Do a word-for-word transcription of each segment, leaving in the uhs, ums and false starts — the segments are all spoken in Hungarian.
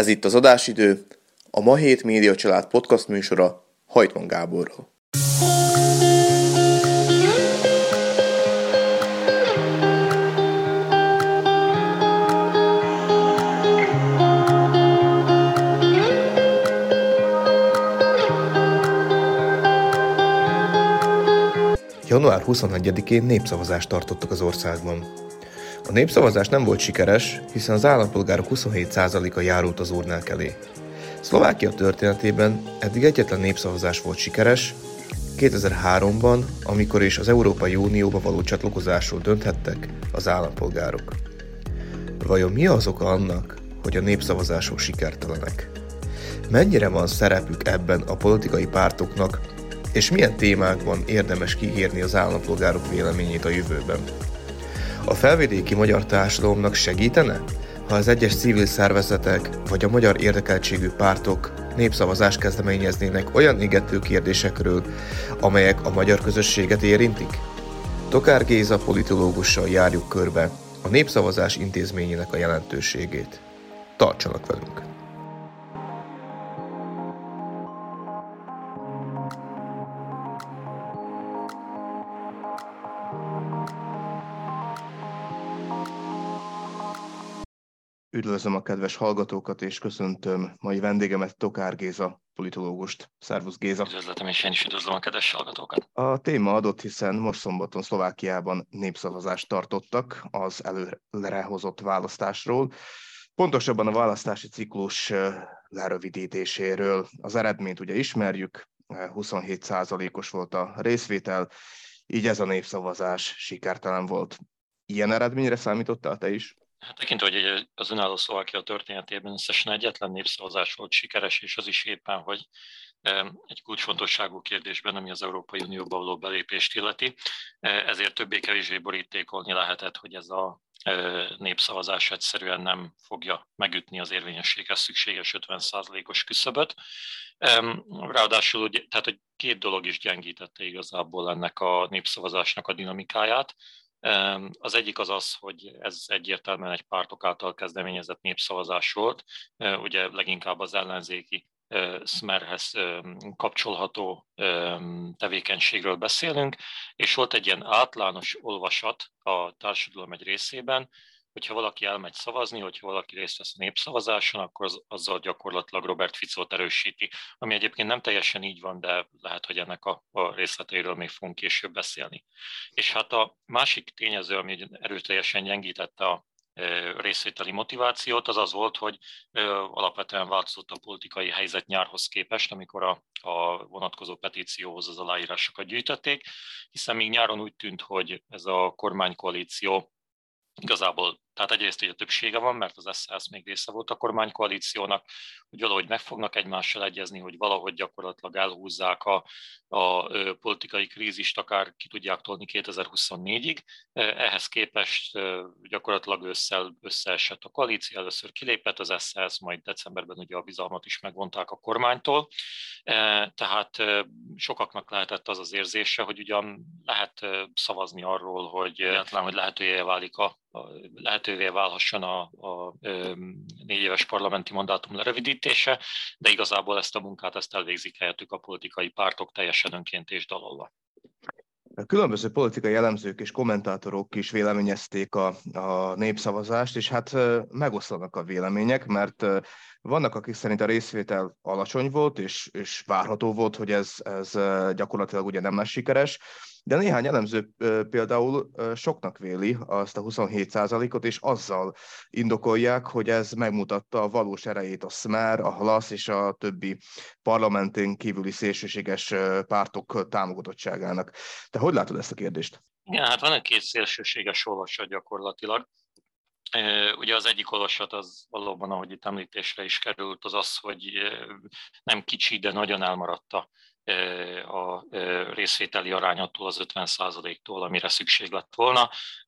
Ez itt az adásidő, a Ma Hét Média Család podcast műsora Hajtman Gáborral. január huszonegyedikén népszavazást tartottak az országban. A népszavazás nem volt sikeres, hiszen az állampolgárok huszonhét százaléka járult az urnák elé. Szlovákia történetében eddig egyetlen népszavazás volt sikeres, kétezer-háromban, amikor is az Európai Unióba való csatlakozásról dönthettek az állampolgárok. Vajon mi az oka annak, hogy a népszavazások sikertelenek? Mennyire van szerepük ebben a politikai pártoknak, és milyen témákban érdemes kikérni az állampolgárok véleményét a jövőben? A felvidéki magyar társadalomnak segítene, ha az egyes civil szervezetek vagy a magyar érdekeltségű pártok népszavazást kezdeményeznének olyan égető kérdésekről, amelyek a magyar közösséget érintik? Tokár Géza politológussal járjuk körbe a népszavazás intézményének a jelentőségét. Tartsanak velünk! Üdvözlöm a kedves hallgatókat, és köszöntöm mai vendégemet, Tokár Géza politológust. Szervusz, Géza! Üdvözletem, és én is üdvözlöm a kedves hallgatókat! A téma adott, hiszen most szombaton Szlovákiában népszavazást tartottak az előre hozott választásról. Pontosabban a választási ciklus lerövidítéséről. Az eredményt ugye ismerjük, huszonhét százalékos volt a részvétel, így ez a népszavazás sikertelen volt. Ilyen eredményre számítottál te is? Hát tekintve, hogy az önálló Szlovákia történetében összesen egyetlen népszavazás volt sikeres, és az is éppen, hogy egy kulcsfontosságú kérdésben, ami az Európai Unióba való belépést illeti. Ezért többé-kevésbé borítékolni lehetett, hogy ez a népszavazás egyszerűen nem fogja megütni az érvényességhez szükséges ötven százalékos küszöböt. Ráadásul, tehát, hogy két dolog is gyengítette igazából ennek a népszavazásnak a dinamikáját. Az egyik az az, hogy ez egyértelműen egy pártok által kezdeményezett népszavazás volt, ugye leginkább az ellenzéki szmerhez kapcsolható tevékenységről beszélünk, és volt egy ilyen általános olvasat a társadalom egy részében, hogyha valaki elmegy szavazni, hogyha valaki részt vesz a népszavazáson, akkor az, azzal gyakorlatilag Robert Ficót erősíti, ami egyébként nem teljesen így van, de lehet, hogy ennek a, a részleteiről még fogunk később beszélni. És hát a másik tényező, ami erőteljesen gyengítette a részvételi motivációt, az az volt, hogy alapvetően változott a politikai helyzet nyárhoz képest, amikor a, a vonatkozó petícióhoz az aláírásokat gyűjtötték, hiszen még nyáron úgy tűnt, hogy ez a kormánykoalíció igazából, tehát egyrészt ugye többsége van, mert az es zé es még része volt a kormánykoalíciónak, hogy valahogy meg fognak egymással egyezni, hogy valahogy gyakorlatilag elhúzzák a, a politikai krízist, akár ki tudják tolni kétezer-huszonnégyig. Ehhez képest gyakorlatilag ősszel összeesett a koalíció, először kilépett az es zé es, majd decemberben ugye a bizalmat is megvonták a kormánytól. Tehát sokaknak lehetett az az érzése, hogy ugyan lehet szavazni arról, hogy, hogy lehetővé válik a lehetővé válhasson a, a négy éves parlamenti mandátum lerövidítése, de igazából ezt a munkát ezt elvégzik helyettük a politikai pártok teljesen önként és dalolva. Különböző politikai elemzők és kommentátorok is véleményezték a, a népszavazást, és hát megoszlanak a vélemények, mert vannak, akik szerint a részvétel alacsony volt, és, és várható volt, hogy ez, ez gyakorlatilag ugye nem lesz sikeres, de néhány elemző például soknak véli azt a huszonhét százalékot, és azzal indokolják, hogy ez megmutatta a valós erejét a szmer, a halasz és a többi parlamentén kívüli szélsőséges pártok támogatottságának. Te hogy látod ezt a kérdést? Igen, hát van egy két szélsőséges olvasat gyakorlatilag. Ugye az egyik olvasat az valóban, ahogy itt említésre is került, az az, hogy nem kicsi, de nagyon elmaradta a részvételi arányattól, az ötven százaléktól, amire szükség lett volna.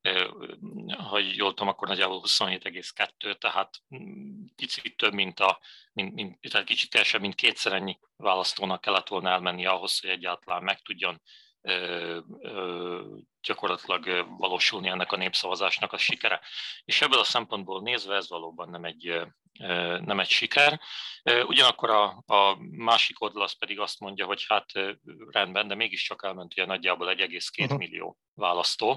Ha jól tudom, akkor nagyjából huszonhét egész kettő, tehát kicsit több, mint a, mint, mint, tehát kicsit teljesebb, mint kétszer ennyi választónak kellett volna elmenni ahhoz, hogy egyáltalán meg tudjon gyakorlatilag valósulni ennek a népszavazásnak a sikere. És ebből a szempontból nézve ez valóban nem egy, nem egy siker. Ugyanakkor a, a másik oldal az pedig azt mondja, hogy hát rendben, de mégiscsak elment ugye nagyjából egy egész két Uh-huh. millió választó,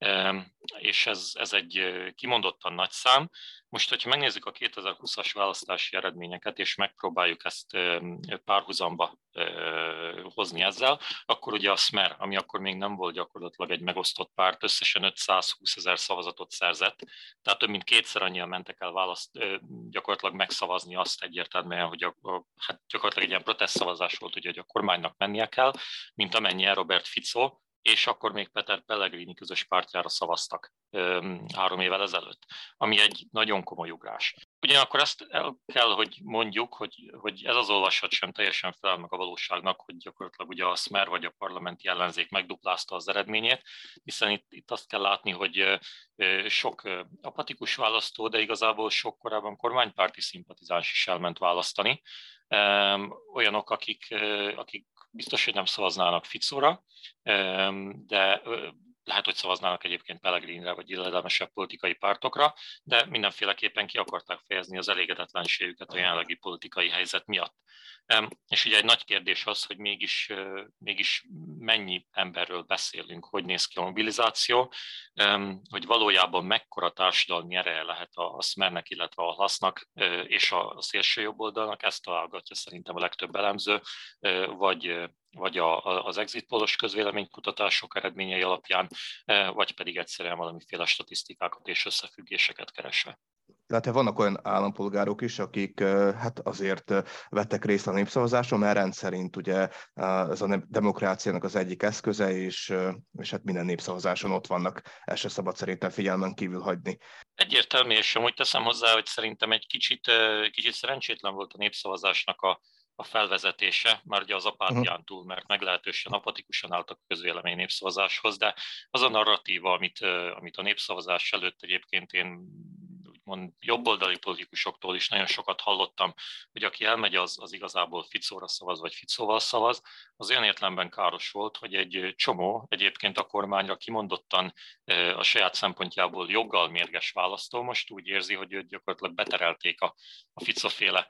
és ez, ez egy kimondottan nagy szám. Most, hogyha megnézzük a kétezer-húszas választási eredményeket, és megpróbáljuk ezt párhuzamba hozni ezzel, akkor ugye a Smer, ami akkor még nem volt gyakorlatilag egy megosztott párt, összesen ötszázhúszezer szavazatot szerzett, tehát több mint kétszer annyian mentek el választ, gyakorlatilag megszavazni azt egyértelműen, hogy a, a, hát gyakorlatilag egy ilyen protestszavazás volt, ugye, hogy a kormánynak mennie kell, mint amennyien Robert Fico, és akkor még Peter Pellegrini közös pártjára szavaztak három évvel ezelőtt, ami egy nagyon komoly ugrás. Ugyanakkor ezt el kell, hogy mondjuk, hogy, hogy ez az olvasat sem teljesen felel meg a valóságnak, hogy gyakorlatilag ugye a Smer vagy a parlamenti ellenzék megduplázta az eredményét, hiszen itt, itt azt kell látni, hogy sok apatikus választó, de igazából sok korábban kormánypárti szimpatizáns is elment választani. Olyanok, akik, akik biztos, hogy nem szavaznának Ficóra, de lehet, hogy szavaznának egyébként Pellegrinre vagy illedelmesebb politikai pártokra, de mindenféleképpen ki akarták fejezni az elégedetlenségüket a jelenlegi politikai helyzet miatt. És ugye egy nagy kérdés az, hogy mégis, mégis mennyi emberről beszélünk, hogy néz ki a mobilizáció, hogy valójában mekkora társadalmi ereje lehet a Smernek, illetve a hasznak és a szélső jobb oldalnak, ezt találgatja szerintem a legtöbb elemző, vagy, vagy az exit polos közvéleménykutatások eredményei alapján, vagy pedig egyszerűen valamiféle statisztikákat és összefüggéseket keresve. Tehát vannak olyan állampolgárok is, akik hát azért vettek részt a népszavazáson, mert rendszerint ugye ez a demokráciának az egyik eszköze, és, és hát minden népszavazáson ott vannak, ezt se szabad szerintem figyelmen kívül hagyni. Egyértelmű, és amúgy teszem hozzá, hogy szerintem egy kicsit, kicsit szerencsétlen volt a népszavazásnak a, a felvezetése, már ugye az apátián túl, mert meglehetősen apatikusan álltak a közvélemény népszavazáshoz, de az a narratíva, amit, amit a népszavazás előtt egyébként én úgymond jobboldali politikusoktól is nagyon sokat hallottam, hogy aki elmegy, az, az igazából Ficóra szavaz, vagy Ficóval szavaz, az olyan értelemben káros volt, hogy egy csomó egyébként a kormányra kimondottan a saját szempontjából joggal mérges választó most úgy érzi, hogy őt gyakorlatilag beterelték a, a Ficóféle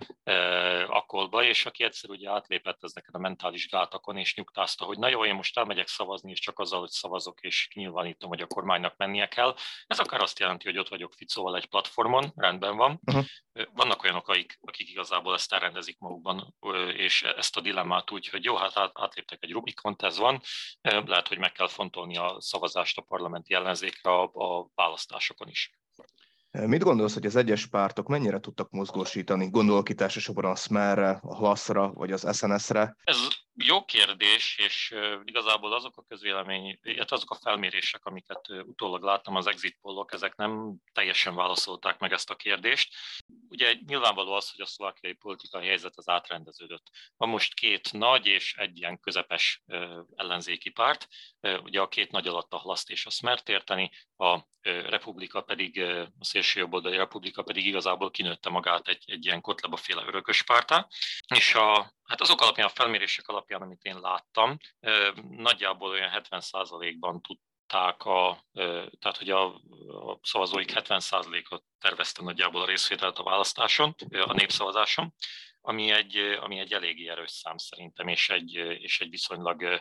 akkolba, és aki egyszer ugye átlépett ezeken a mentális gátokon, és nyugtázta, hogy na jó, én most elmegyek szavazni, és csak azzal, hogy szavazok, és kinyilvánítom, hogy a kormánynak mennie kell. Ez akár azt jelenti, hogy ott vagyok Ficóval egy platformon, rendben van. Uh-huh. Vannak olyanok, akik, akik igazából ezt elrendezik magukban, és ezt a dilemmát úgy, hogy jó, hát átléptek egy Rubikont, ez van, lehet, hogy meg kell fontolni a szavazást a parlamenti ellenzékre a, a választásokon is. Mit gondolsz, hogy az egyes pártok mennyire tudtak mozgósítani? Gondolok itt elsősorban a Smerre, a hlaszra, vagy az es en es-re? Ez jó kérdés, és igazából azok a közvélemény, illetve azok a felmérések, amiket utólag láttam, az exit pollok, ezek nem teljesen válaszolták meg ezt a kérdést. Ugye nyilvánvaló az, hogy a szlovákiai politikai helyzet az átrendeződött. Van most két nagy és egy ilyen közepes ellenzéki párt. Ugye a két nagy alatt a hlaszt és a Smert érteni, a Republika pedig, a szélsőjobboldali Republika pedig igazából kinőtte magát egy, egy ilyen Kotleba-féle örökös pártá. És a, hát azok alapján, a felmérések alapján, amit én láttam, nagyjából olyan hetven százalékban tudták, a, tehát hogy a, a szavazóik hetven százalékot tervezte nagyjából a részvételt a választáson, a népszavazáson, ami egy, ami egy eléggé erős szám szerintem, és egy, és egy viszonylag,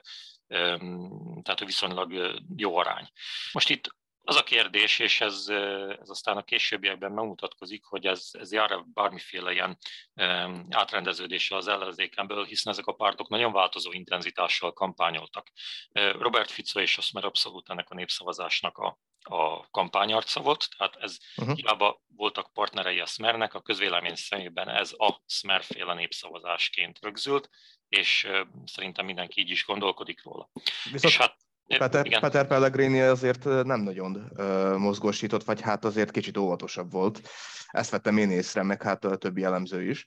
tehát viszonylag jó arány. Most itt az a kérdés, és ez, ez aztán a későbbiekben megmutatkozik, hogy ez, ez jár bármiféle ilyen átrendeződéssel az ellenzéken belül, hiszen ezek a pártok nagyon változó intenzitással kampányoltak. Robert Fico és a Smer abszolút ennek a népszavazásnak a, a kampányarca volt, tehát ez uh-huh. hiába voltak partnerei a Smernek, a közvélemény szemében ez a Smer-féle népszavazásként rögzült, és szerintem mindenki így is gondolkodik róla. Viszont... És hát Peter, Peter Pellegrini azért nem nagyon uh, mozgósított, vagy hát azért kicsit óvatosabb volt. Ezt vettem én észre, meg hát a többi elemző is.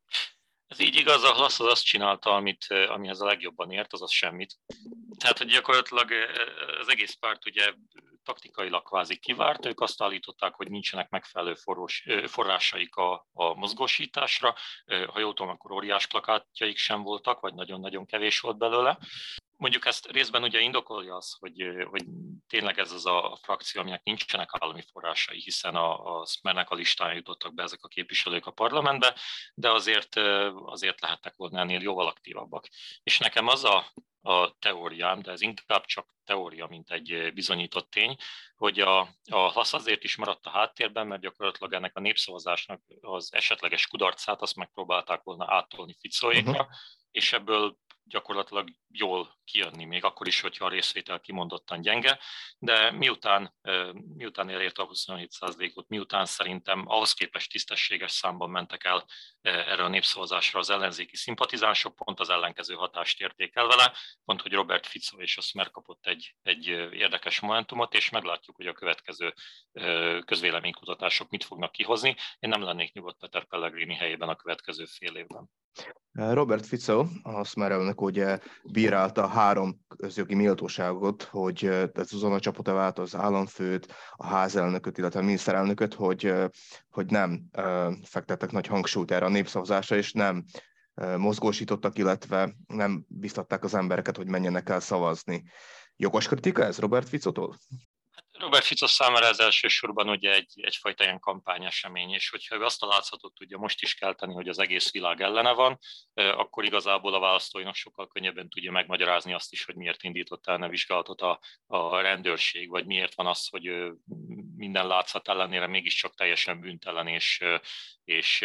Ez így igaz, a halasz az azt csinálta, amit, amihez a legjobban ért, azaz semmit. Tehát, hogy gyakorlatilag az egész párt ugye taktikailag kvázi kivárt, ők azt állították, hogy nincsenek megfelelő forrós, forrásaik a, a mozgósításra. Ha jól tudom, akkor óriás plakátjaik sem voltak, vagy nagyon-nagyon kevés volt belőle. Mondjuk ezt részben ugye indokolja az, hogy, hogy tényleg ez az a frakció, aminek nincsenek állami forrásai, hiszen a, a Smernek a listán jutottak be ezek a képviselők a parlamentbe, de azért, azért lehetnek volna ennél jóval aktívabbak. És nekem az a, a teóriám, de ez inkább csak teória, mint egy bizonyított tény, hogy a, a hasz azért is maradt a háttérben, mert gyakorlatilag ennek a népszavazásnak az esetleges kudarcát azt megpróbálták volna áttolni Ficóékra, uh-huh. és ebből gyakorlatilag jól kijönni, még akkor is, hogyha a részvétel kimondottan gyenge, de miután, miután elérte a huszonhét százalékot, miután szerintem ahhoz képest tisztességes számban mentek el erre a népszavazásra az ellenzéki szimpatizánsok, pont az ellenkező hatást érték el vele, pont, hogy Robert Fico és a Smer kapott egy, egy érdekes momentumot, és meglátjuk, hogy a következő közvéleménykutatások mit fognak kihozni. Én nem lennék nyugodt Peter Pellegrini helyében a következő fél évben. Robert Fico, a Smer elnök ugye bírálta három közjogi méltóságot, hogy ez azon a csapata vált az államfőt, a házelnököt, illetve a miniszterelnököt, hogy, hogy nem fektettek nagy hangsúlyt erre a népszavazásra, és nem mozgósítottak, illetve nem biztatták az embereket, hogy menjenek el szavazni. Jogos kritika ez Robert Ficótól? Robert Fico számára ez elsősorban ugye egy, egyfajta ilyen kampányesemény, és hogyha ő azt a látszatot tudja most is kelteni, hogy az egész világ ellene van, akkor igazából a választóinak sokkal könnyebben tudja megmagyarázni azt is, hogy miért indított el ne vizsgálatot a, a rendőrség, vagy miért van az, hogy minden látszat ellenére mégiscsak teljesen bűntelen és, és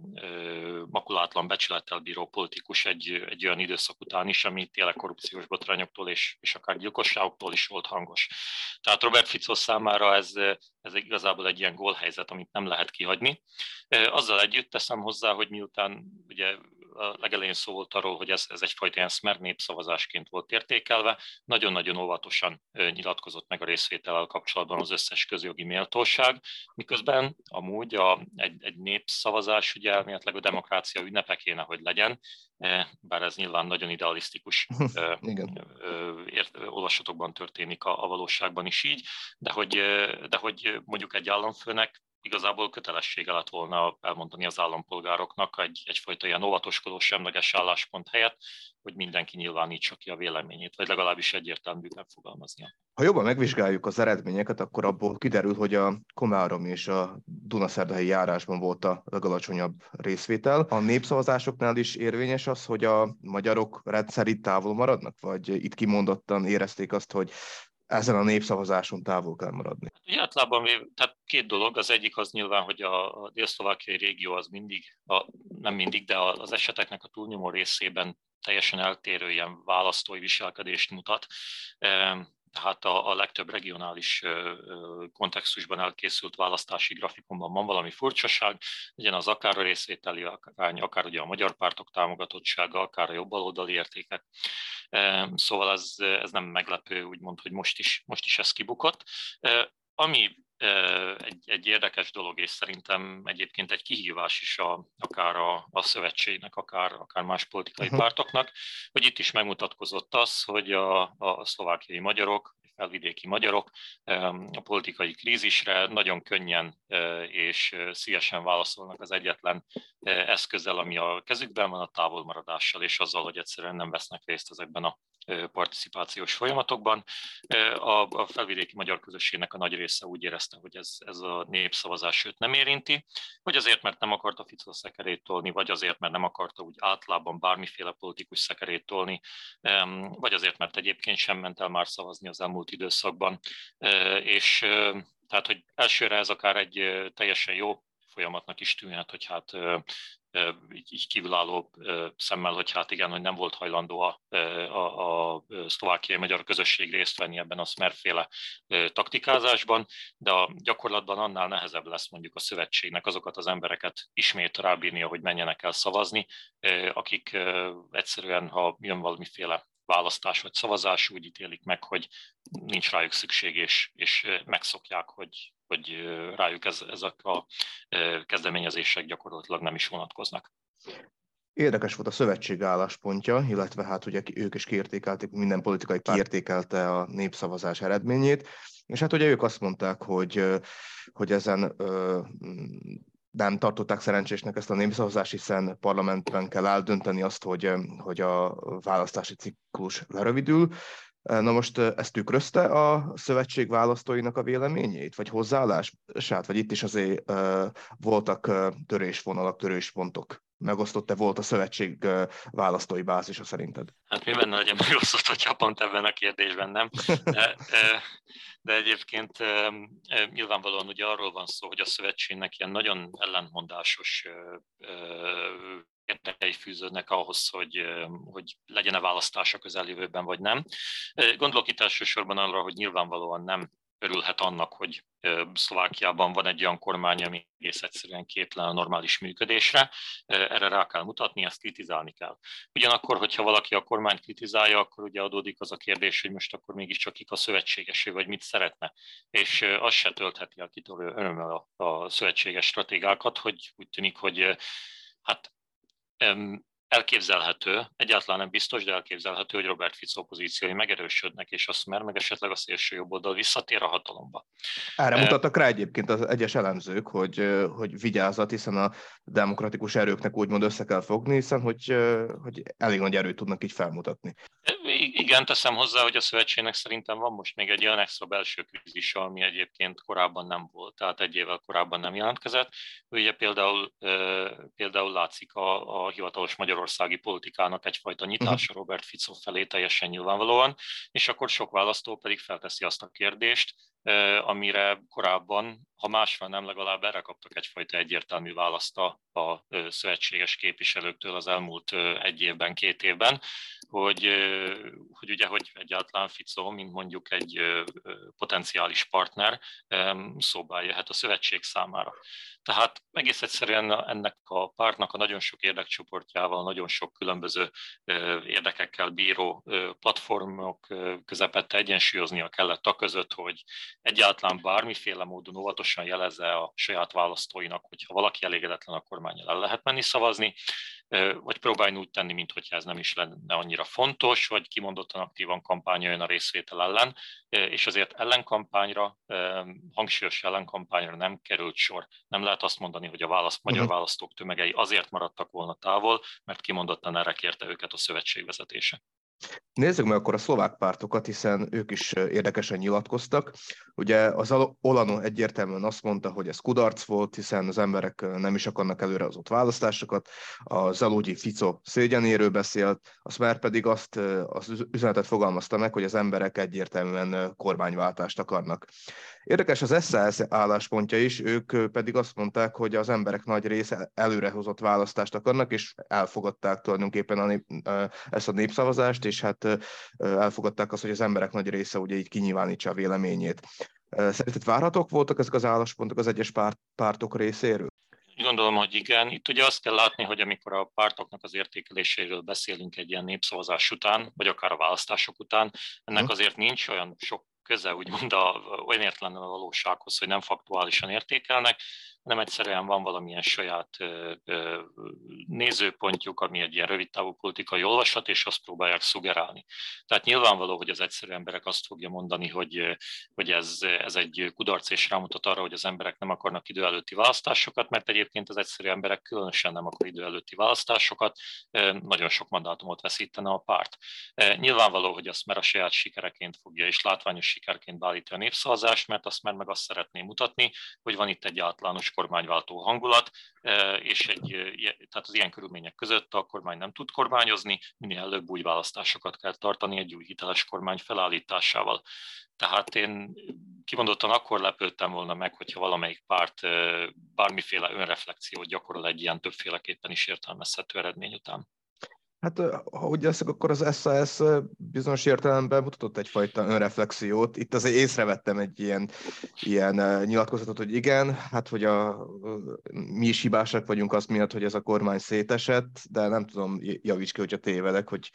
makulátlan becsülettel bíró politikus egy, egy olyan időszak után is, ami tényleg korrupciós botrányoktól és, és akár gyilkosságoktól is volt hangos. Tehát Robert Fico számára ez, ez igazából egy ilyen gólhelyzet, amit nem lehet kihagyni. Azzal együtt teszem hozzá, hogy miután ugye a legelején szó volt arról, hogy ez, ez egyfajta ilyen Smer népszavazásként volt értékelve, nagyon-nagyon óvatosan nyilatkozott meg a részvétellel kapcsolatban az összes közjogi méltóság, miközben amúgy a, egy, egy népszavazás ugye elméletileg a demokrácia ünnepe kéne, hogy legyen, bár ez nyilván nagyon idealisztikus olvasatokban történik a, a valóságban is így, de hogy, de hogy mondjuk egy államfőnek igazából kötelessége lett volna elmondani az állampolgároknak egy, egyfajta ilyen óvatoskodó, semleges álláspont helyett, hogy mindenki nyilvánítsa ki a véleményét, vagy legalábbis egyértelműen fogalmaznia. Ha jobban megvizsgáljuk az eredményeket, akkor abból kiderül, hogy a Komárom és a Dunaszerdahelyi járásban volt a legalacsonyabb részvétel. A népszavazásoknál is érvényes az, hogy a magyarok rendszerint távol maradnak, vagy itt kimondottan érezték azt, hogy ezen a népszavazáson távol kell maradni? Ugye általában tehát két dolog. Az egyik az nyilván, hogy a, a dél-szlovákiai régió az mindig, a, nem mindig, de az eseteknek a túlnyomó részében teljesen eltérő ilyen választói viselkedést mutat. Tehát a, a legtöbb regionális kontextusban elkészült választási grafikonban van valami furcsaság, legyen az akár a részvételi arány, akár ugye a magyar pártok támogatottsága, akár a jobboldali értékek. Szóval ez, ez nem meglepő, úgymond, hogy most is, most is ez kibukott. Ami egy, egy érdekes dolog, és szerintem egyébként egy kihívás is a, akár a, a szövetségnek, akár, akár más politikai uh-huh. pártoknak, hogy itt is megmutatkozott az, hogy a, a szlovákiai magyarok, felvidéki magyarok a politikai krízisre nagyon könnyen és szívesen válaszolnak az egyetlen eszközzel, ami a kezükben van, a távolmaradással, és azzal, hogy egyszerűen nem vesznek részt ezekben a participációs folyamatokban. A felvidéki magyar közösségnek a nagy része úgy érezte, hogy ez, ez a népszavazás őt nem érinti, vagy azért, mert nem akarta Fico szekerét tolni, vagy azért, mert nem akarta úgy általában bármiféle politikus szekerét tolni, vagy azért, mert egyébként sem ment el már szavazni az elmúlt időszakban. És tehát, hogy elsőre ez akár egy teljesen jó folyamatnak is tűnhet, hogy hát így, így kívülálló szemmel, hogy hát igen, hogy nem volt hajlandó a, a, a szlovákiai magyar közösség részt venni ebben a Smerféle taktikázásban, de a gyakorlatban annál nehezebb lesz mondjuk a szövetségnek azokat az embereket ismét rábírnia, hogy menjenek el szavazni, akik egyszerűen, ha jön valamiféle választás vagy szavazás, úgy ítélik meg, hogy nincs rájuk szükség, és, és megszokják, hogy, hogy rájuk ez, ezek a kezdeményezések gyakorlatilag nem is vonatkoznak. Érdekes volt a szövetség álláspontja, illetve hát ugye ők is kiértékelték, minden politikai kiértékelte a népszavazás eredményét, és hát ugye ők azt mondták, hogy, hogy ezen nem tartották szerencsésnek ezt a népszavazást, hiszen parlamentben kell eldönteni azt, hogy, hogy a választási ciklus lerövidül. Na most ezt tükrözte a szövetség választóinak a véleményét, vagy hozzáállását, vagy itt is azért voltak törésvonalak, töréspontok? Megosztott-e volt a szövetség választói bázisa szerinted? Hát mi benne legyen megosztott, hogyha pont ebben a kérdésben nem. De, de egyébként nyilvánvalóan ugye arról van szó, hogy a szövetségnek ilyen nagyon ellentmondásos érdekei fűződnek ahhoz, hogy, hogy legyen-e választás a közeljövőben, vagy nem. Gondolok itt elsősorban arra, hogy nyilvánvalóan nem örülhet annak, hogy Szlovákiában van egy olyan kormány, ami egész egyszerűen képtelen a normális működésre. Erre rá kell mutatni, ezt kritizálni kell. Ugyanakkor, hogyha valaki a kormányt kritizálja, akkor ugye adódik az a kérdés, hogy most akkor mégiscsak kik a szövetségesé, vagy mit szeretne. És az se töltheti el kitörő örömmel a, a szövetséges stratégákat, hogy úgy tűnik, hogy hát elképzelhető, egyáltalán nem biztos, de elképzelhető, hogy Robert Fico pozíciói megerősödnek, és azt mer, meg esetleg a szélső jobboldal visszatér a hatalomba. Erre mutattak rá egyébként az egyes elemzők, hogy, hogy vigyázzat, hiszen a demokratikus erőknek úgymond össze kell fogni, hiszen hogy, hogy elég nagy erőt tudnak így felmutatni. Igen, teszem hozzá, hogy a szövetségnek szerintem van most még egy olyan extra belső krízis, ami egyébként korábban nem volt, tehát egy évvel korábban nem jelentkezett. Ugye például, például látszik a, a hivatalos magyarországi politikának egyfajta nyitása Robert Fico felé teljesen nyilvánvalóan, és akkor sok választó pedig felteszi azt a kérdést, amire korábban, ha másra nem, legalább erre kaptak egyfajta egyértelmű választ a, a szövetséges képviselőktől az elmúlt egy évben, két évben, hogy, hogy ugye, hogy egyáltalán Fico, mint mondjuk egy potenciális partner, szóba jöhet a szövetség számára. Tehát egész egyszerűen ennek a pártnak a nagyon sok érdekcsoportjával, nagyon sok különböző érdekekkel bíró platformok közepette egyensúlyoznia kellett a között, hogy egyáltalán bármiféle módon óvatosan jelezze a saját választóinak, hogyha valaki elégedetlen a kormánnyal, el lehet menni szavazni, vagy próbálni úgy tenni, mintha ez nem is lenne annyira fontos, vagy kimondottan aktívan kampányoljon a részvétel ellen, és azért ellenkampányra, hangsúlyos ellenkampányra nem került sor. Nem lehet azt mondani, hogy a választ, magyar választók tömegei azért maradtak volna távol, mert kimondottan erre kérte őket a szövetség vezetése. Nézzük meg akkor a szlovák pártokat, hiszen ők is érdekesen nyilatkoztak. Ugye az Olano egyértelműen azt mondta, hogy ez kudarc volt, hiszen az emberek nem is akarnak előrehozott választásokat. A Zalogyi Fico szégyenéről beszélt, a Smer pedig azt az üzenetet fogalmazta meg, hogy az emberek egyértelműen kormányváltást akarnak. Érdekes az es zé es álláspontja is, ők pedig azt mondták, hogy az emberek nagy része előrehozott választást akarnak, és elfogadták tulajdonképpen a nép, ezt a népszavazást, és hát elfogadták azt, hogy az emberek nagy része ugye így kinyilvánítsa a véleményét. Szerinted várhatók voltak ezek az álláspontok az egyes párt, pártok részéről? Gondolom, hogy igen. Itt ugye azt kell látni, hogy amikor a pártoknak az értékeléséről beszélünk egy ilyen népszavazás után, vagy akár a választások után, ennek azért nincs olyan sok köze, úgymond a, olyan értelemben a valósághoz, hogy nem faktuálisan értékelnek, hanem egyszerűen van valamilyen saját ö, ö, nézőpontjuk, ami egy ilyen rövidtávú politikai olvasat, és azt próbálják szugerálni. Tehát nyilvánvaló, hogy az egyszerű emberek azt fogja mondani, hogy, hogy ez, ez egy kudarc, és rámutat arra, hogy az emberek nem akarnak idő előtti választásokat, mert egyébként az egyszerű emberek különösen nem akar idő előtti választásokat, nagyon sok mandátumot veszítene a párt. Nyilvánvaló, hogy azt már a saját sikereként fogja, és látványos sikerként beállítani a népszavazást, mert azt már meg azt szeretné mutatni, hogy van itt egy általános kormányváltó hangulat, és egy, tehát az ilyen körülmények között a kormány nem tud kormányozni, minél előbb új választásokat kell tartani egy új hiteles kormány felállításával. Tehát én kimondottan akkor lepődtem volna meg, hogyha valamelyik párt bármiféle önreflexiót gyakorol egy ilyen többféleképpen is értelmezhető eredmény után. Hát, ha úgy leszek, akkor az es zé es bizonyos értelemben mutatott egyfajta önreflexiót. Itt azért észrevettem egy ilyen, ilyen nyilatkozatot, hogy igen, hát, hogy a, mi is hibásak vagyunk az miatt, hogy ez a kormány szétesett, de nem tudom, javíts ki, hogyha tévedek, hogy...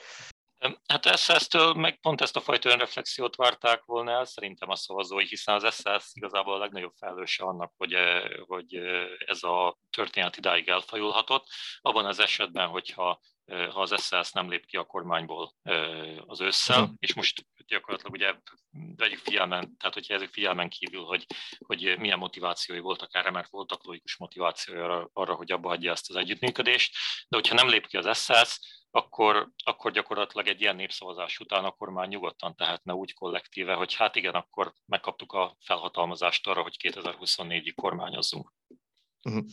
Hát es zé es-től meg pont ezt a fajta önreflexiót várták volna el, szerintem a szavazói, hiszen az es zé es igazából a legnagyobb felelőse annak, hogy, hogy ez a történet idáig elfajulhatott. Abban az esetben, hogyha ha az es zé es nem lép ki a kormányból az ősszel, uh-huh. és most gyakorlatilag ugye vegyük figyelmen, tehát hogyha ezek figyelmen kívül, hogy, hogy milyen motivációi voltak erre, mert voltak logikus motivációi arra, arra, hogy abba hagyja ezt az együttműködést, de hogyha nem lép ki az es zé es, akkor, akkor gyakorlatilag egy ilyen népszavazás után a kormány nyugodtan tehetne úgy kollektíve, hogy hát igen, akkor megkaptuk a felhatalmazást arra, hogy kétezer-huszonnégyig kormányozzunk. Uh-huh.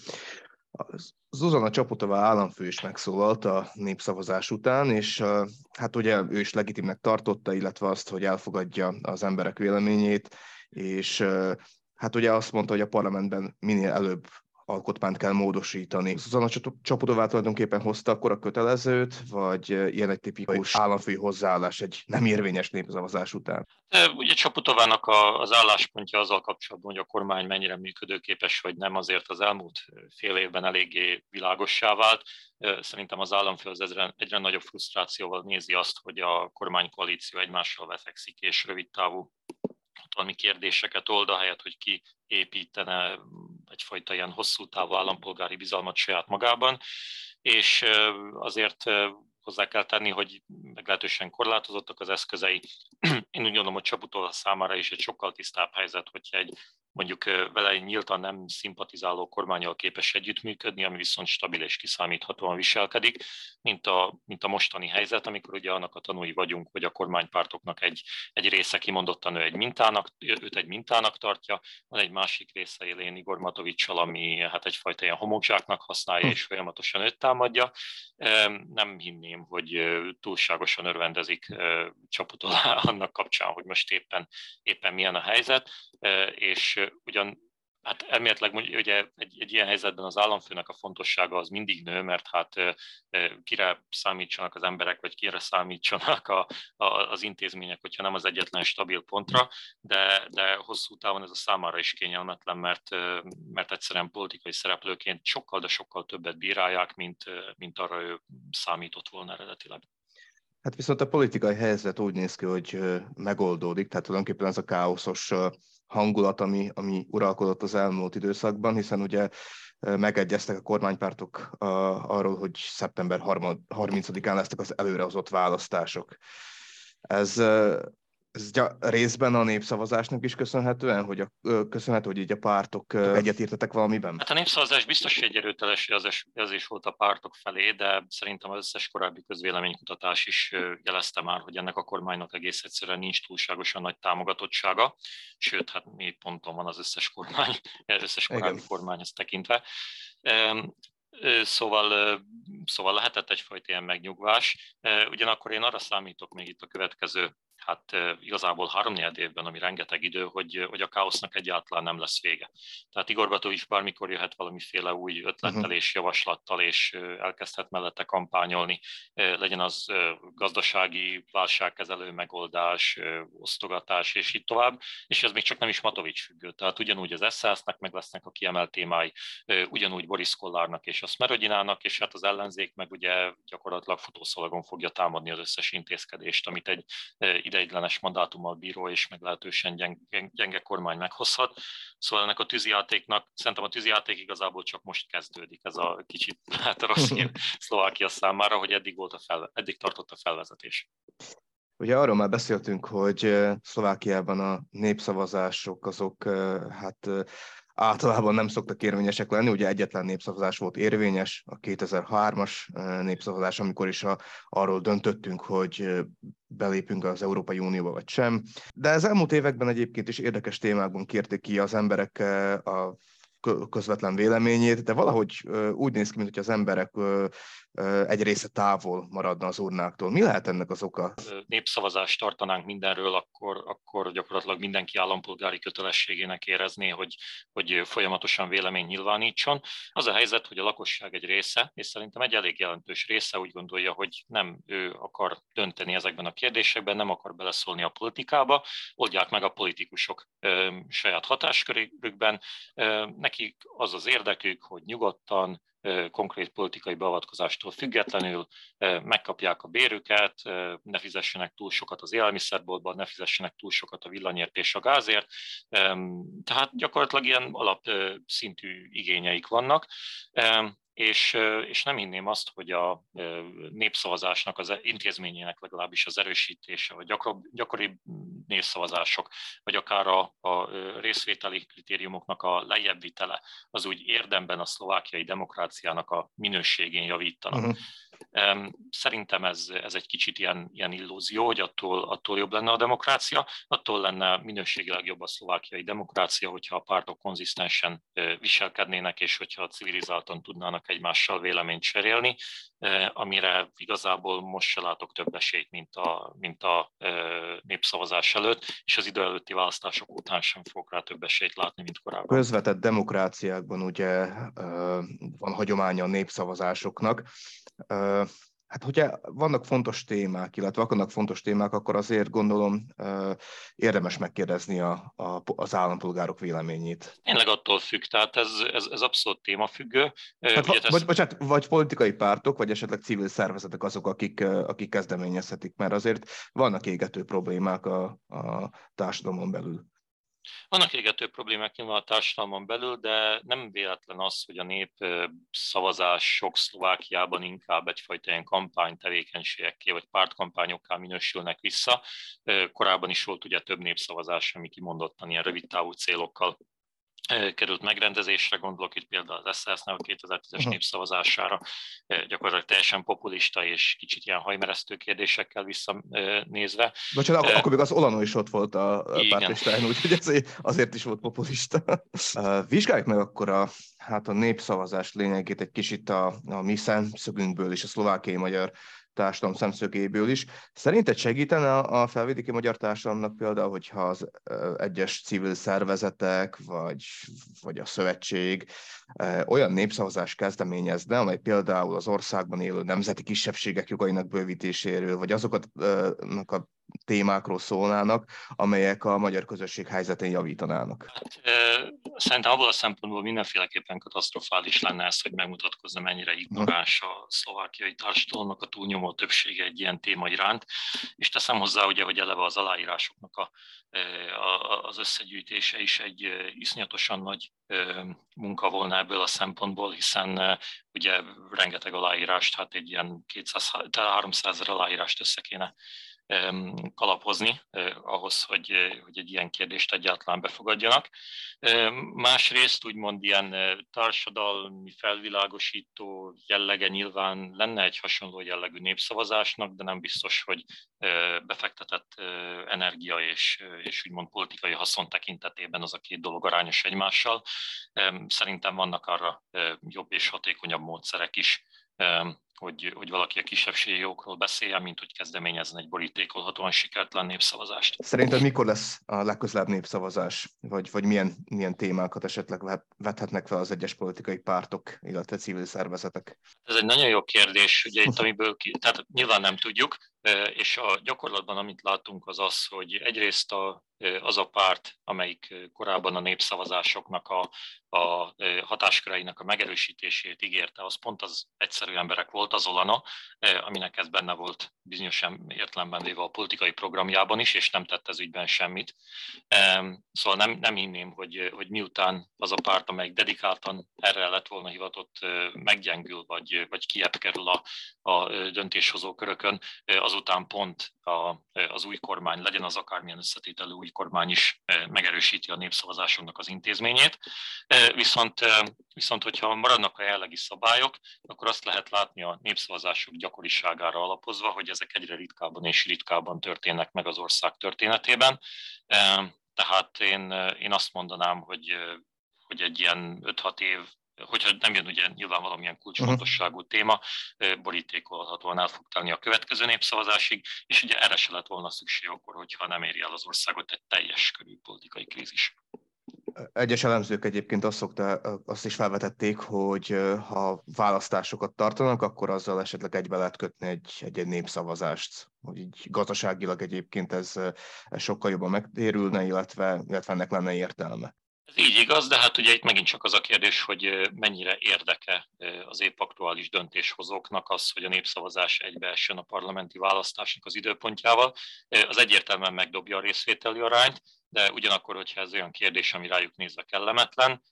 Zuzana Csaputova államfő is megszólalt a népszavazás után, és hát ugye ő is legitimnek tartotta, illetve azt, hogy elfogadja az emberek véleményét, és hát ugye azt mondta, hogy a parlamentben minél előbb alkotmányt kell módosítani. Zuzana Csaputová tulajdonképpen hozta akkor a kötelezőt, vagy ilyen egy tipikus államfői hozzáállás egy nem érvényes népszavazás után? Ugye Csaputovának az álláspontja azzal kapcsolatban, hogy a kormány mennyire működőképes, vagy nem, azért az elmúlt fél évben eléggé világossá vált. Szerintem az államfő az egyre, egyre nagyobb frusztrációval nézi azt, hogy a kormánykoalíció egymással vetekszik, és rövidtávú hatalmi kérdéseket old, ahelyett, hogy ki építene egyfajta ilyen hosszú távú állampolgári bizalmat saját magában, és azért hozzá kell tenni, hogy meglehetősen korlátozottak az eszközei. Én úgy gondolom, hogy Csaputova számára is egy sokkal tisztább helyzet, hogyha egy mondjuk vele nyíltan nem szimpatizáló kormánnyal képes együttműködni, ami viszont stabil és kiszámíthatóan viselkedik, mint a, mint a mostani helyzet, amikor ugye annak a tanúi vagyunk, hogy a kormánypártoknak egy, egy része kimondottan ő egy mintának, őt egy mintának tartja, van egy másik része élén Igor Matovičsal, ami hát egyfajta ilyen homokzsáknak használja és folyamatosan őt támadja. Nem hinném, hogy túlságosan örvendezik Csaputova annak kapcsán, hogy most éppen, éppen milyen a helyzet, és ugyan hát elméletileg ugye egy, egy ilyen helyzetben az államfőnek a fontossága az mindig nő, mert hát kire számítsanak az emberek, vagy kire számítsanak a, a, az intézmények, hogyha nem az egyetlen stabil pontra, de, de hosszú távon ez a számára is kényelmetlen, mert, mert egyszerűen politikai szereplőként sokkal, de sokkal többet bírálják, mint, mint arra ő számított volna eredetileg. Hát viszont a politikai helyzet úgy néz ki, hogy megoldódik, tehát tulajdonképpen ez a káoszos hangulat, ami, ami uralkodott az elmúlt időszakban, hiszen ugye megegyeztek a kormánypártok arról, hogy szeptember harmincadikán lesznek az előrehozott választások. Ez, ez részben a népszavazásnak is köszönhetően, hogy a, köszönhető, hogy így a pártok egyetértetek valamiben? Hát a népszavazás biztos, hogy egy erőteljes jelzés volt a pártok felé, de szerintem az összes korábbi közvéleménykutatás is jelezte már, hogy ennek a kormánynak egész egyszerűen nincs túlságosan nagy támogatottsága, sőt, hát négy ponton van az összes kormány, az összes korábbi Igen. kormány ezt tekintve. Szóval, szóval lehetett egyfajta ilyen megnyugvás. Ugyanakkor én arra számítok még itt a következő, hát igazából háromnegyed évben, ami rengeteg idő, hogy, hogy a káosznak egyáltalán nem lesz vége. Tehát Igor Matovič bármikor jöhet valamiféle új ötlettel és javaslattal, és elkezdhet mellette kampányolni, legyen az gazdasági válságkezelő megoldás, osztogatás, és így tovább, és ez még csak nem is Matovič függő. Tehát ugyanúgy az es zé es-nek meg lesznek a kiemelt témái, ugyanúgy Boris Kollárnak és a Smerodyinának, és hát az ellenzék meg ugye gyakorlatilag futószalagon fogja támadni az összes intézkedést, amit egy ideiglenes mandátummal bíró és meglehetősen gyenge, gyenge kormány meghozhat. Szóval ennek a tűzijátéknak, szerintem a tűzijáték igazából csak most kezdődik, ez a kicsit hát rossz hír Szlovákia számára, hogy eddig, volt a fel, eddig tartott a felvezetés. Ugye arról már beszéltünk, hogy Szlovákiában a népszavazások azok hát általában nem szoktak érvényesek lenni, ugye egyetlen népszavazás volt érvényes, a kétezer-hármas népszavazás, amikor is a, arról döntöttünk, hogy belépünk az Európai Unióba vagy sem. De az elmúlt években egyébként is érdekes témákban kérték ki az emberek a közvetlen véleményét, de valahogy úgy néz ki, mintha az emberek egy része távol maradna az urnáktól. Mi lehet ennek az oka? Népszavazást tartanánk mindenről, akkor, akkor gyakorlatilag mindenki állampolgári kötelességének érezné, hogy, hogy folyamatosan véleményt nyilvánítson. Az a helyzet, hogy a lakosság egy része, és szerintem egy elég jelentős része úgy gondolja, hogy nem ő akar dönteni ezekben a kérdésekben, nem akar beleszólni a politikába, oldják meg a politikusok ö, saját hatáskörükben. Ö, nekik az az érdekük, hogy nyugodtan, konkrét politikai beavatkozástól függetlenül megkapják a bérüket, ne fizessenek túl sokat az élelmiszerboltban, ne fizessenek túl sokat a villanyért és a gázért. Tehát gyakorlatilag ilyen alapszintű igényeik vannak. És, és nem hinném azt, hogy a népszavazásnak, az intézményének legalábbis az erősítése, vagy gyakor, gyakoribb népszavazások, vagy akár a, a részvételi kritériumoknak a lejjebb vitele, az úgy érdemben a szlovákiai demokráciának a minőségén javítanak. Uh-huh. Szerintem ez, ez egy kicsit ilyen, ilyen illúzió, hogy attól, attól jobb lenne a demokrácia, attól lenne minőségileg jobb a szlovákiai demokrácia, hogyha a pártok konzisztensen viselkednének, és hogyha civilizáltan tudnának egymással véleményt cserélni, amire igazából most se látok több esélyt, mint a, mint a népszavazás előtt, és az idő előtti választások után sem fogok rá több esélyt látni, mint korábban. Közvetett demokráciákban ugye van hagyománya a népszavazásoknak. Hát, hogyha vannak fontos témák, illetve vannak fontos témák, akkor azért gondolom érdemes megkérdezni a, a, az állampolgárok véleményét. Tényleg attól függ, tehát ez, ez, ez abszolút témafüggő. Hát, vagy, ez... bocsánat, vagy politikai pártok, vagy esetleg civil szervezetek azok, akik, akik kezdeményezhetik, mert azért vannak égető problémák a, a társadalmon belül. Vannak égető problémák nyilván a társadalmon belül, de nem véletlen az, hogy a nép szavazás sok Szlovákiában inkább egyfajta ilyen kampánytevékenységekké vagy pártkampányokká minősülnek vissza. Korábban is volt ugye több népszavazás, ami kimondottan ilyen rövidtávú célokkal került megrendezésre, gondolok itt például az es zé es-nek a kétezer-tízes uh-huh. népszavazására, gyakorlatilag teljesen populista és kicsit ilyen hajmeresztő kérdésekkel visszanézve. Bocsánat, uh, akkor még az Olano is ott volt a pártlistáján, úgyhogy ez azért is volt populista. Vizsgáljuk meg akkor a, hát a népszavazás lényegét egy kicsit a, a mi szemszögünkből és a szlovákiai magyar társadalom szemszögéből is. Szerinted segítene a felvidéki magyar társadalomnak például, hogyha az egyes civil szervezetek, vagy, vagy a szövetség olyan népszavazást kezdeményezne, amely például az országban élő nemzeti kisebbségek jogainak bővítéséről, vagy azokat a témákról szólnának, amelyek a magyar közösség helyzetén javítanának? Hát, szerintem abból a szempontból mindenféleképpen katasztrofális lenne ez, hogy megmutatkozna, mennyire ignoráns a szlovákiai társadalomnak a túlnyomó többsége egy ilyen téma iránt, és teszem hozzá, ugye, hogy eleve az aláírásoknak a, a, az összegyűjtése is egy iszonyatosan nagy munka volna ebből a szempontból, hiszen ugye rengeteg aláírást, hát egy ilyen kétszáz-háromszáz aláírást össze kéne kalapozni eh, ahhoz, hogy, hogy egy ilyen kérdést egyáltalán befogadjanak. Eh, másrészt úgymond ilyen társadalmi felvilágosító jellege nyilván lenne egy hasonló jellegű népszavazásnak, de nem biztos, hogy eh, befektetett eh, energia és, és úgymond politikai haszon tekintetében az a két dolog arányos egymással. Eh, szerintem vannak arra eh, jobb és hatékonyabb módszerek is, Hogy, hogy valaki a kisebbségi jogokról beszéljen, mint hogy kezdeményezzen egy borítékolhatóan sikertelen népszavazást. Szerinted mikor lesz a legközelebb népszavazás? Vagy, vagy milyen, milyen témákat esetleg vethetnek fel az egyes politikai pártok, illetve civil szervezetek? Ez egy nagyon jó kérdés, ugye itt amiből ki, tehát nyilván nem tudjuk, és a gyakorlatban amit látunk az az, hogy egyrészt a, az a párt, amelyik korábban a népszavazásoknak a, a hatásköreinek a megerősítését ígérte, az pont az egyszerű emberek volt, az Olano, aminek ez benne volt bizonyos értelemben véve a politikai programjában is, és nem tett ez ügyben semmit. Szóval nem, nem hinném, hogy, hogy miután az a párt, amelyik dedikáltan erre lett volna hivatott, meggyengül, vagy, vagy kiebb kerül a, a döntéshozó körökön, azután pont a, az új kormány, legyen az akármilyen összetételű új kormány is megerősíti a népszavazásoknak az intézményét. Viszont, viszont, hogyha maradnak a jelenlegi szabályok, akkor azt lehet látni a népszavazások gyakoriságára alapozva, hogy ezek egyre ritkábban és ritkábban történnek meg az ország történetében. Tehát én, én azt mondanám, hogy, hogy egy ilyen öt-hat év, hogyha nem jön ugye nyilván valamilyen kulcsfontosságú téma, borítékolhatóan el fog telni a következő népszavazásig, és ugye erre se lett volna szükség akkor, hogyha nem éri el az országot egy teljes körű politikai krízis. Egyes elemzők egyébként azt, szokta, azt is felvetették, hogy ha választásokat tartanak, akkor azzal esetleg egybe lehet kötni egy, egy, egy népszavazást. Hogy így gazdaságilag egyébként ez, ez sokkal jobban megtérülne, illetve, illetve ennek lenne értelme. Ez így igaz, de hát ugye itt megint csak az a kérdés, hogy mennyire érdeke az épp aktuális döntéshozóknak az, hogy a népszavazás egybeessen a parlamenti választásnak az időpontjával. Az egyértelműen megdobja a részvételi arányt, de ugyanakkor, hogyha ez olyan kérdés, ami rájuk nézve kellemetlen,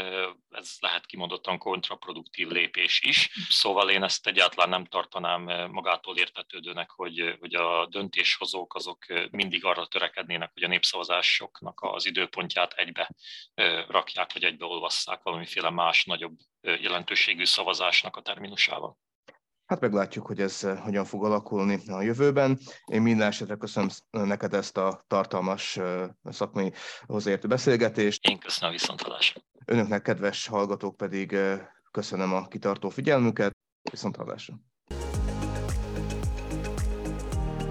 ez lehet kimondottan kontraproduktív lépés is. Szóval én ezt egyáltalán nem tartanám magától értetődőnek, hogy, hogy a döntéshozók azok mindig arra törekednének, hogy a népszavazásoknak az időpontját egybe rakják, vagy egybe olvasszák valamiféle más, nagyobb jelentőségű szavazásnak a terminusával. Hát meglátjuk, hogy ez hogyan fog alakulni a jövőben. Én minden esetre köszönöm neked ezt a tartalmas szakmai hozzáértő beszélgetést. Én köszönöm a viszonthallásra. Önöknek, kedves hallgatók, pedig köszönöm a kitartó figyelmüket. Viszonthallásra.